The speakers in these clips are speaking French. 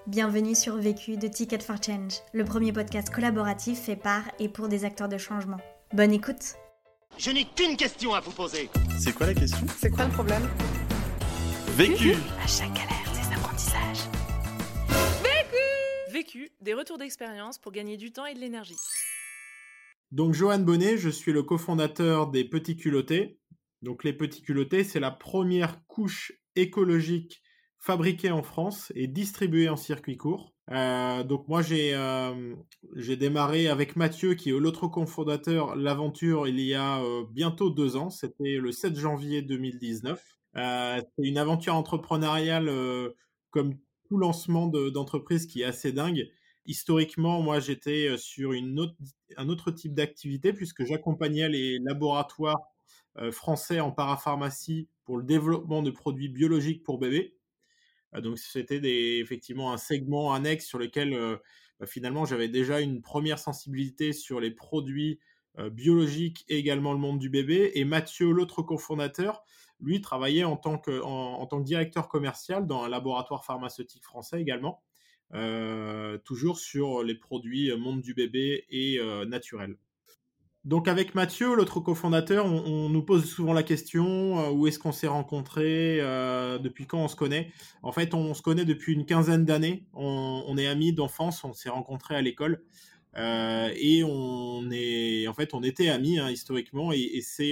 Bienvenue sur Vécu de Ticket for Change, le premier podcast collaboratif fait par et pour des acteurs de changement. Bonne écoute. Je n'ai qu'une question à vous poser. C'est quoi la question ? C'est quoi le problème ? Vécu. À chaque galère, des apprentissages. Vécu, des retours d'expérience pour gagner du temps et de l'énergie. Donc Johan Bonnet, je suis le cofondateur des Petits Culottés. Donc les Petits Culottés, c'est la première couche écologique fabriquée en France et distribuée en circuit court. Donc moi j'ai démarré avec Mathieu, qui est l'autre cofondateur, l'aventure il y a bientôt 2 ans. C'était le 7 janvier 2019. C'est une aventure entrepreneuriale comme tout lancement d'entreprise qui est assez dingue. Historiquement, moi, j'étais sur un autre type d'activité puisque j'accompagnais les laboratoires français en parapharmacie pour le développement de produits biologiques pour bébés. Donc, c'était effectivement un segment annexe sur lequel finalement j'avais déjà une première sensibilité sur les produits biologiques et également le monde du bébé. Et Mathieu, l'autre cofondateur, lui travaillait en tant que directeur commercial dans un laboratoire pharmaceutique français également. Toujours sur les produits monde du bébé et naturels. Donc avec Mathieu, l'autre cofondateur, on nous pose souvent la question où est-ce qu'on s'est rencontrés, depuis quand on se connaît. En fait, on se connaît depuis une quinzaine d'années. On est amis d'enfance, on s'est rencontrés à l'école et on était amis historiquement et c'est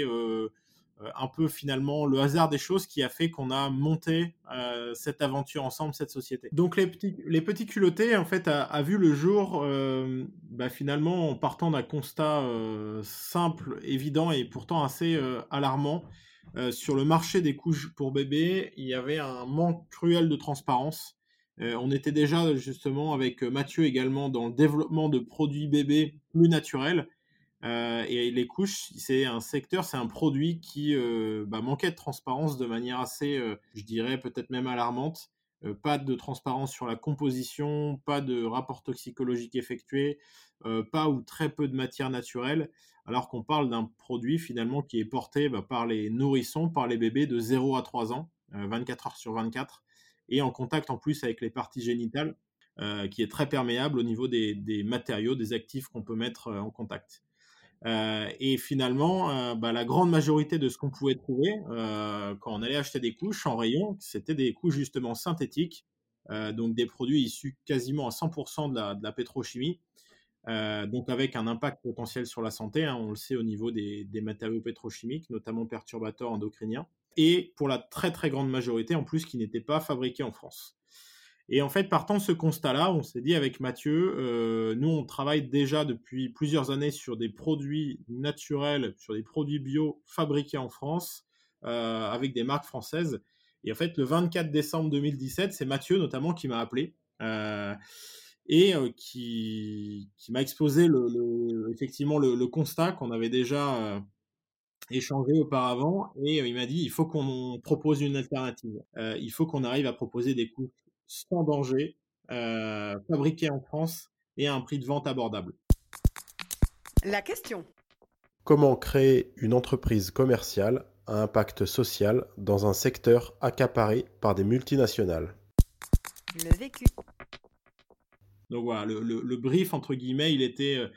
un peu finalement le hasard des choses qui a fait qu'on a monté cette aventure ensemble, cette société. Donc les petits culottés en fait a vu le jour finalement en partant d'un constat simple, évident et pourtant assez alarmant. Sur le marché des couches pour bébés, il y avait un manque cruel de transparence. On était déjà justement avec Mathieu également dans le développement de produits bébés plus naturels. Et les couches, c'est un produit qui manquait de transparence de manière assez, je dirais peut-être même alarmante. Pas de transparence sur la composition, pas de rapport toxicologique effectué, pas ou très peu de matière naturelle, alors qu'on parle d'un produit finalement qui est porté par les nourrissons, par les bébés de 0 à 3 ans, 24 heures sur 24, et en contact en plus avec les parties génitales, qui est très perméable au niveau des matériaux, des actifs qu'on peut mettre en contact. Et finalement, la grande majorité de ce qu'on pouvait trouver quand on allait acheter des couches en rayon, c'était des couches justement synthétiques, donc des produits issus quasiment à 100% de la pétrochimie, donc avec un impact potentiel sur la santé, on le sait au niveau des matériaux pétrochimiques, notamment perturbateurs endocriniens, et pour la très très grande majorité en plus qui n'étaient pas fabriqués en France. Et en fait, partant de ce constat-là, on s'est dit avec Mathieu, nous, on travaille déjà depuis plusieurs années sur des produits naturels, sur des produits bio fabriqués en France, avec des marques françaises. Et en fait, le 24 décembre 2017, c'est Mathieu notamment qui m'a appelé et qui m'a exposé effectivement le constat qu'on avait déjà échangé auparavant. Et il m'a dit, il faut qu'on propose une alternative. Il faut qu'on arrive à proposer des couches sans danger, fabriquées en France et à un prix de vente abordable. La question. Comment créer une entreprise commerciale à impact social dans un secteur accaparé par des multinationales ? Le vécu. Donc voilà, le brief, entre guillemets, il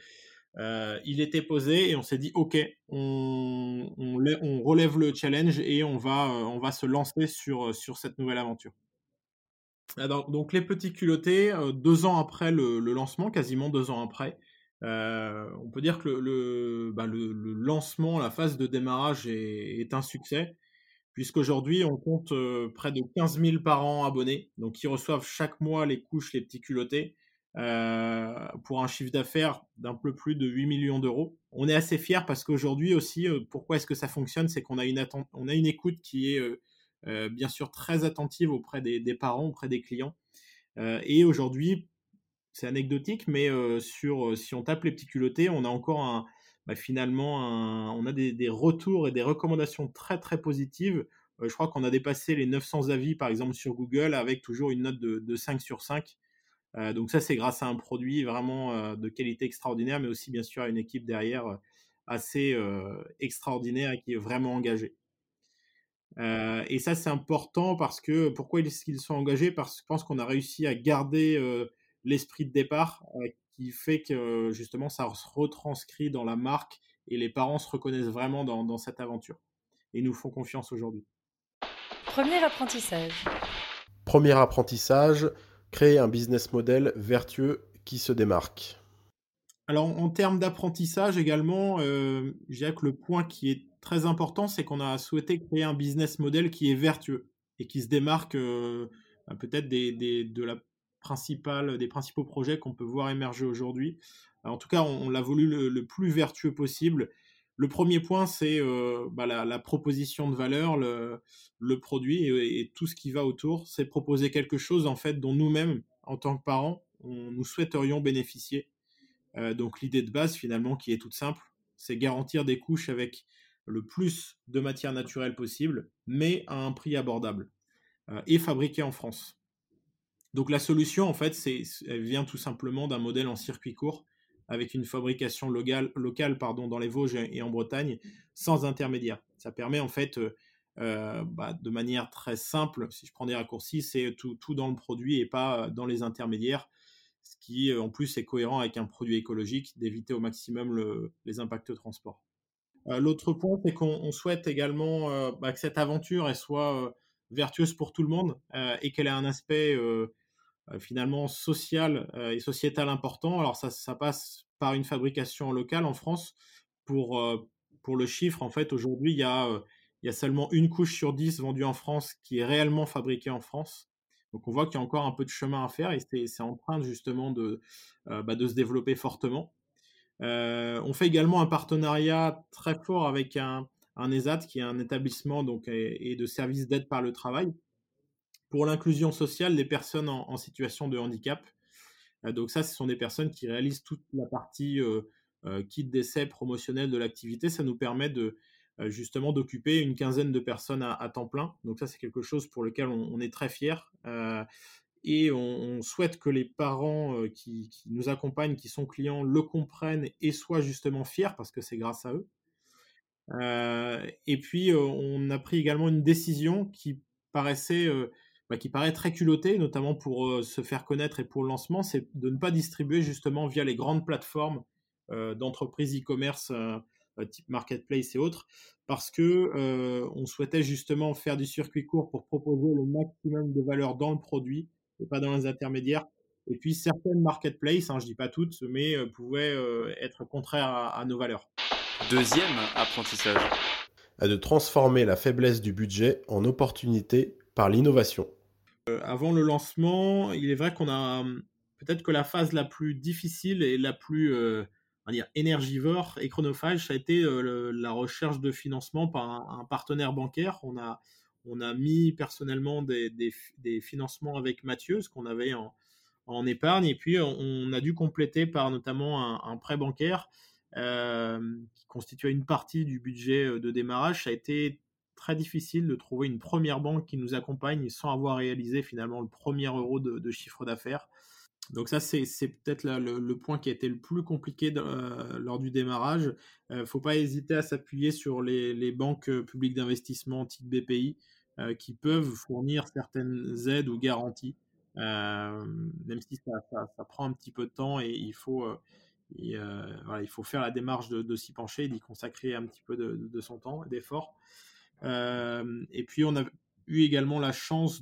était posé et on s'est dit, OK, on relève le challenge et on va se lancer sur cette nouvelle aventure. Alors, donc les petits culottés, 2 ans après le lancement, quasiment 2 ans après, on peut dire que le lancement, la phase de démarrage est un succès, puisqu'aujourd'hui on compte près de 15 000 parents abonnés, donc qui reçoivent chaque mois les couches, les petits culottés, pour un chiffre d'affaires d'un peu plus de 8 millions d'euros. On est assez fiers parce qu'aujourd'hui aussi, pourquoi est-ce que ça fonctionne ? C'est qu'on a une écoute qui est bien sûr très attentive auprès des parents, auprès des clients. Et aujourd'hui, c'est anecdotique, mais si on tape les petits culottés, on a encore on a des retours et des recommandations très très positives. Je crois qu'on a dépassé les 900 avis par exemple sur Google avec toujours une note de 5 sur 5. Donc ça, c'est grâce à un produit vraiment de qualité extraordinaire, mais aussi bien sûr à une équipe derrière assez extraordinaire et qui est vraiment engagée. Et ça, c'est important parce que pourquoi est-ce qu'ils sont engagés? Parce que je pense qu'on a réussi à garder l'esprit de départ qui fait que justement ça se retranscrit dans la marque et les parents se reconnaissent vraiment dans cette aventure et nous font confiance aujourd'hui. Premier apprentissage. Premier apprentissage, créer un business model vertueux qui se démarque. Alors, en termes d'apprentissage également, je dirais que le point qui est très important, c'est qu'on a souhaité créer un business model qui est vertueux et qui se démarque peut-être des principaux projets qu'on peut voir émerger aujourd'hui. En tout cas, on l'a voulu le plus vertueux possible. Le premier point, c'est la proposition de valeur, le produit et tout ce qui va autour. C'est proposer quelque chose en fait dont nous-mêmes, en tant que parents, nous souhaiterions bénéficier. Donc l'idée de base finalement qui est toute simple, c'est garantir des couches avec le plus de matière naturelle possible, mais à un prix abordable et fabriqué en France. Donc la solution en fait, elle vient tout simplement d'un modèle en circuit court avec une fabrication locale dans les Vosges et en Bretagne sans intermédiaire. Ça permet en fait de manière très simple, si je prends des raccourcis, c'est tout dans le produit et pas dans les intermédiaires, ce qui en plus est cohérent avec un produit écologique, d'éviter au maximum les impacts de transport. L'autre point, c'est qu'on souhaite également que cette aventure elle soit vertueuse pour tout le monde et qu'elle ait un aspect finalement social et sociétal important. Alors ça passe par une fabrication locale en France. Pour le chiffre, en fait, aujourd'hui, il y a seulement une couche sur 10 vendue en France qui est réellement fabriquée en France. Donc on voit qu'il y a encore un peu de chemin à faire et c'est en train justement de se développer fortement. On fait également un partenariat très fort avec un ESAT qui est un établissement et de services d'aide par le travail pour l'inclusion sociale des personnes en situation de handicap. Donc ça, ce sont des personnes qui réalisent toute la partie kit d'essai promotionnel de l'activité. Ça nous permet justement d'occuper une quinzaine de personnes à temps plein. Donc ça, c'est quelque chose pour lequel on est très fiers. Et on souhaite que les parents qui nous accompagnent, qui sont clients, le comprennent et soient justement fiers parce que c'est grâce à eux. Et puis, on a pris également une décision qui paraît très culottée, notamment pour se faire connaître et pour le lancement, c'est de ne pas distribuer justement via les grandes plateformes d'entreprises e-commerce type marketplace et autres, parce que on souhaitait justement faire du circuit court pour proposer le maximum de valeur dans le produit et pas dans les intermédiaires. Et puis certaines marketplaces, je dis pas toutes, mais pouvaient être contraires à nos valeurs. Deuxième apprentissage. De transformer la faiblesse du budget en opportunité par l'innovation. Avant le lancement, il est vrai qu'on a peut-être que la phase la plus difficile et la plus énergivore et chronophage, ça a été la recherche de financement par un partenaire bancaire. On a mis personnellement des financements avec Mathieu, ce qu'on avait en épargne, et puis on a dû compléter par notamment un prêt bancaire qui constituait une partie du budget de démarrage. Ça a été très difficile de trouver une première banque qui nous accompagne sans avoir réalisé finalement le premier euro de chiffre d'affaires. Donc ça, c'est peut-être le point qui a été le plus compliqué lors du démarrage. Faut pas hésiter à s'appuyer sur les banques publiques d'investissement type BPI qui peuvent fournir certaines aides ou garanties, même si ça prend un petit peu de temps et il faut faire la démarche de s'y pencher et d'y consacrer un petit peu de son temps et d'effort. Et puis on a eu également la chance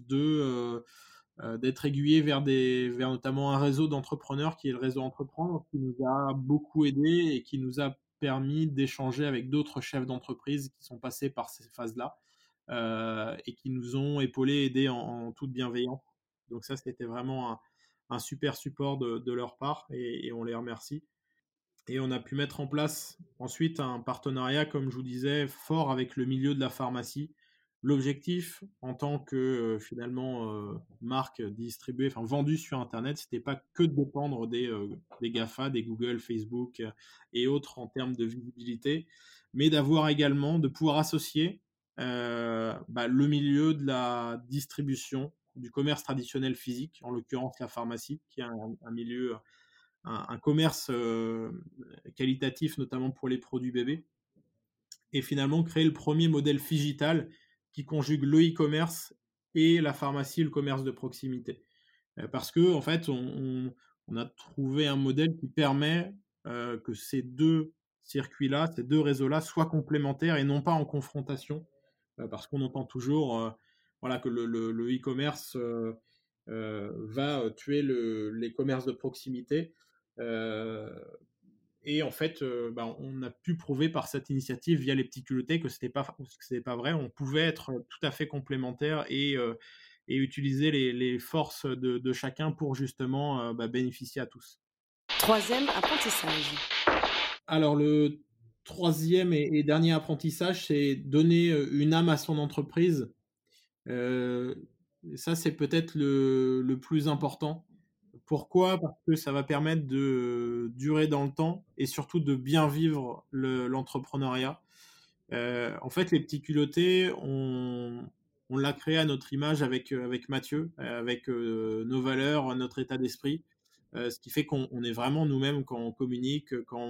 d'être aiguillé vers notamment un réseau d'entrepreneurs qui est le réseau Entreprendre, qui nous a beaucoup aidé et qui nous a permis d'échanger avec d'autres chefs d'entreprise qui sont passés par ces phases-là et qui nous ont épaulés, aidés en toute bienveillance. Donc ça, c'était vraiment un super support de leur part et on les remercie. Et on a pu mettre en place ensuite un partenariat, comme je vous disais, fort avec le milieu de la pharmacie. L'objectif, en tant que marque distribuée, vendue sur Internet, c'était pas que de dépendre des GAFA, des Google, Facebook et autres en termes de visibilité, mais de pouvoir associer le milieu de la distribution, du commerce traditionnel physique, en l'occurrence la pharmacie, qui est un milieu un commerce qualitatif, notamment pour les produits bébés, et finalement créer le premier modèle Figital qui conjugue le e-commerce et la pharmacie, le commerce de proximité. Parce que en fait, on a trouvé un modèle qui permet que ces deux circuits-là, ces deux réseaux-là soient complémentaires et non pas en confrontation. Parce qu'on entend toujours voilà, que le e-commerce va tuer les commerces de proximité. Et en fait, on a pu prouver par cette initiative via les petits culottés que c'était pas vrai. On pouvait être tout à fait complémentaires et utiliser les forces de chacun pour justement bénéficier à tous. Troisième apprentissage. Alors le troisième et dernier apprentissage, c'est donner une âme à son entreprise. Ça, c'est peut-être le plus important. Pourquoi ? Parce que ça va permettre de durer dans le temps et surtout de bien vivre l'entrepreneuriat. En fait, les petits culottés, on l'a créé à notre image avec Mathieu, avec nos valeurs, notre état d'esprit, ce qui fait qu'on est vraiment nous-mêmes quand on communique,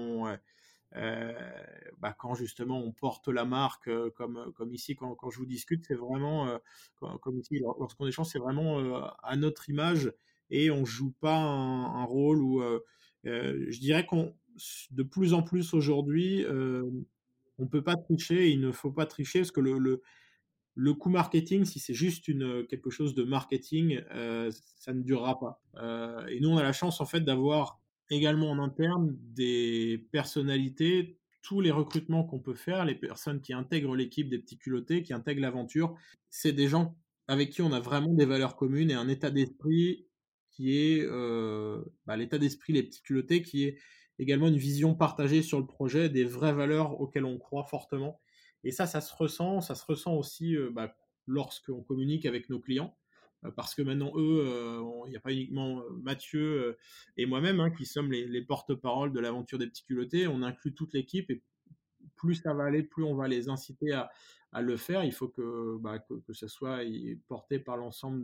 quand justement on porte la marque, comme ici quand je vous discute, c'est vraiment comme ici lorsqu'on échange, c'est vraiment à notre image et on joue pas un rôle où je dirais qu'on de plus en plus aujourd'hui on peut pas tricher, il ne faut pas tricher parce que le coût marketing, si c'est juste quelque chose de marketing, ça ne durera pas. Et nous, on a la chance en fait d'avoir également en interne des personnalités, tous les recrutements qu'on peut faire, les personnes qui intègrent l'équipe des petits culottés, qui intègrent l'aventure, c'est des gens avec qui on a vraiment des valeurs communes et un état d'esprit qui est l'état d'esprit les petits culottés, qui est également une vision partagée sur le projet, des vraies valeurs auxquelles on croit fortement. Et ça se ressent aussi lorsqu'on communique avec nos clients, parce que maintenant, eux, il n'y a pas uniquement Mathieu et moi-même qui sommes les porte-parole de l'aventure des petits culottés, on inclut toute l'équipe et plus ça va aller, plus on va les inciter à le faire. Il faut que ça soit porté par l'ensemble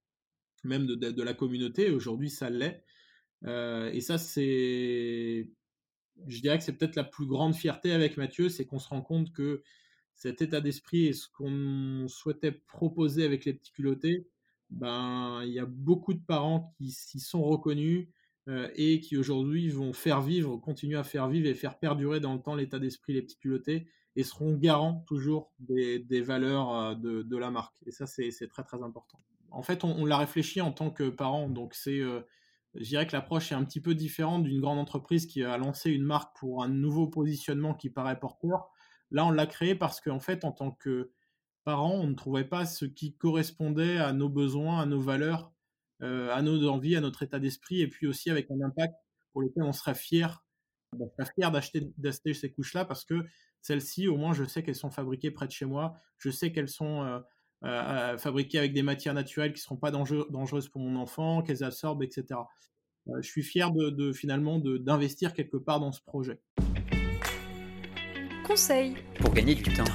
de la communauté. Aujourd'hui, ça l'est. Et ça, je dirais que c'est peut-être la plus grande fierté avec Mathieu, c'est qu'on se rend compte que cet état d'esprit et ce qu'on souhaitait proposer avec les petits culottés, il y a beaucoup de parents qui s'y sont reconnus et qui aujourd'hui vont continuer à faire vivre et faire perdurer dans le temps l'état d'esprit les petits culottés et seront garants toujours des valeurs de la marque. Et ça, c'est très très important. En fait, on l'a réfléchi en tant que parent, donc je dirais que l'approche est un petit peu différente d'une grande entreprise qui a lancé une marque pour un nouveau positionnement qui paraît porteur. Là, on l'a créé parce qu'en fait, en tant que parents, on ne trouvait pas ce qui correspondait à nos besoins, à nos valeurs, à nos envies, à notre état d'esprit, et puis aussi avec un impact pour lequel on serait fier d'acheter ces couches-là, parce que celles-ci, au moins, je sais qu'elles sont fabriquées près de chez moi, je sais qu'elles sont fabriquées avec des matières naturelles qui ne seront pas dangereuses pour mon enfant, qu'elles absorbent, etc. Je suis fier finalement d'investir quelque part dans ce projet. Conseil pour gagner du temps.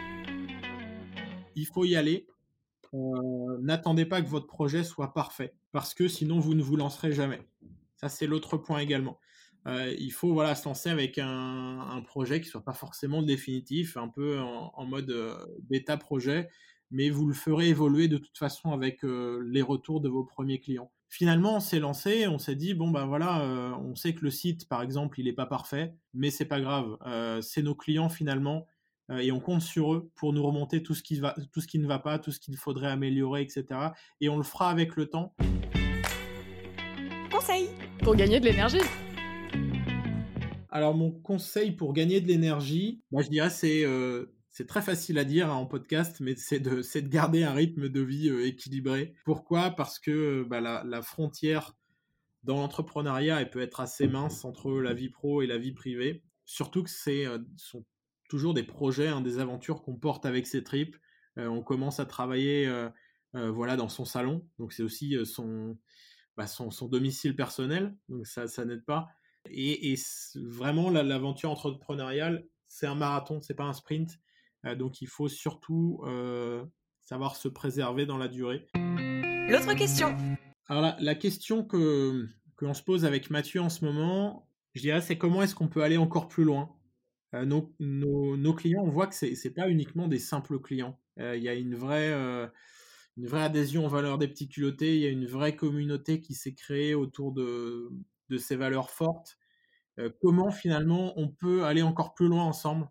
Il faut y aller. N'attendez pas que votre projet soit parfait, parce que sinon vous ne vous lancerez jamais. Ça, c'est l'autre point également. Il faut se lancer avec un projet qui ne soit pas forcément définitif, un peu en mode bêta projet, mais vous le ferez évoluer de toute façon avec les retours de vos premiers clients. Finalement, on s'est lancé, on s'est dit, on sait que le site, par exemple, il n'est pas parfait, mais c'est pas grave. C'est nos clients finalement, et on compte sur eux pour nous remonter tout ce qui ne va pas, tout ce qu'il faudrait améliorer, etc. Et on le fera avec le temps. Conseil Pour gagner de l'énergie. Alors, mon conseil pour gagner de l'énergie, je dirais c'est très facile à dire en podcast, mais c'est de garder un rythme de vie équilibré. Pourquoi ? Parce que la frontière dans l'entrepreneuriat, elle peut être assez mince entre la vie pro et la vie privée. Surtout que sont toujours des projets, des aventures qu'on porte avec ses tripes. On commence à travailler dans son salon, donc c'est aussi son domicile personnel, donc ça n'aide pas. Et vraiment, l'aventure entrepreneuriale, c'est un marathon, c'est pas un sprint. Donc il faut surtout savoir se préserver dans la durée. L'autre question. Alors la question que l'on se pose avec Mathieu en ce moment, je dirais, c'est comment est-ce qu'on peut aller encore plus loin. Nos clients, on voit que c'est pas uniquement des simples clients. Il y a une vraie adhésion aux valeurs des petits culottés. Il y a une vraie communauté qui s'est créée autour de ces valeurs fortes. Comment finalement on peut aller encore plus loin ensemble?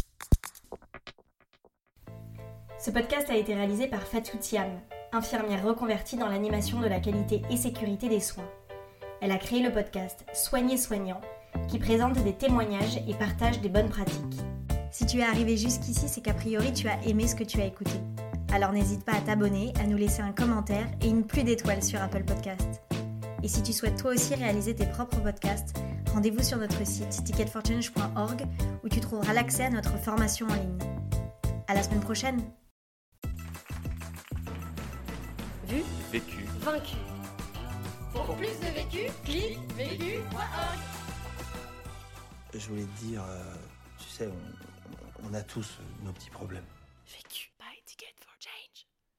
Ce podcast a été réalisé par Fatou Thiam, infirmière reconvertie dans l'animation de la qualité et sécurité des soins. Elle a créé le podcast Soigner Soignant, qui présente des témoignages et partage des bonnes pratiques. Si tu es arrivé jusqu'ici, c'est qu'a priori tu as aimé ce que tu as écouté. Alors n'hésite pas à t'abonner, à nous laisser un commentaire et une pluie d'étoiles sur Apple Podcasts. Et si tu souhaites toi aussi réaliser tes propres podcasts, rendez-vous sur notre site ticketforchange.org où tu trouveras l'accès à notre formation en ligne. À la semaine prochaine! Vu, Vécu. vaincu. Pour plus de vécu, clique vécu.org. Je voulais te dire, tu sais, on a tous nos petits problèmes. Vécu.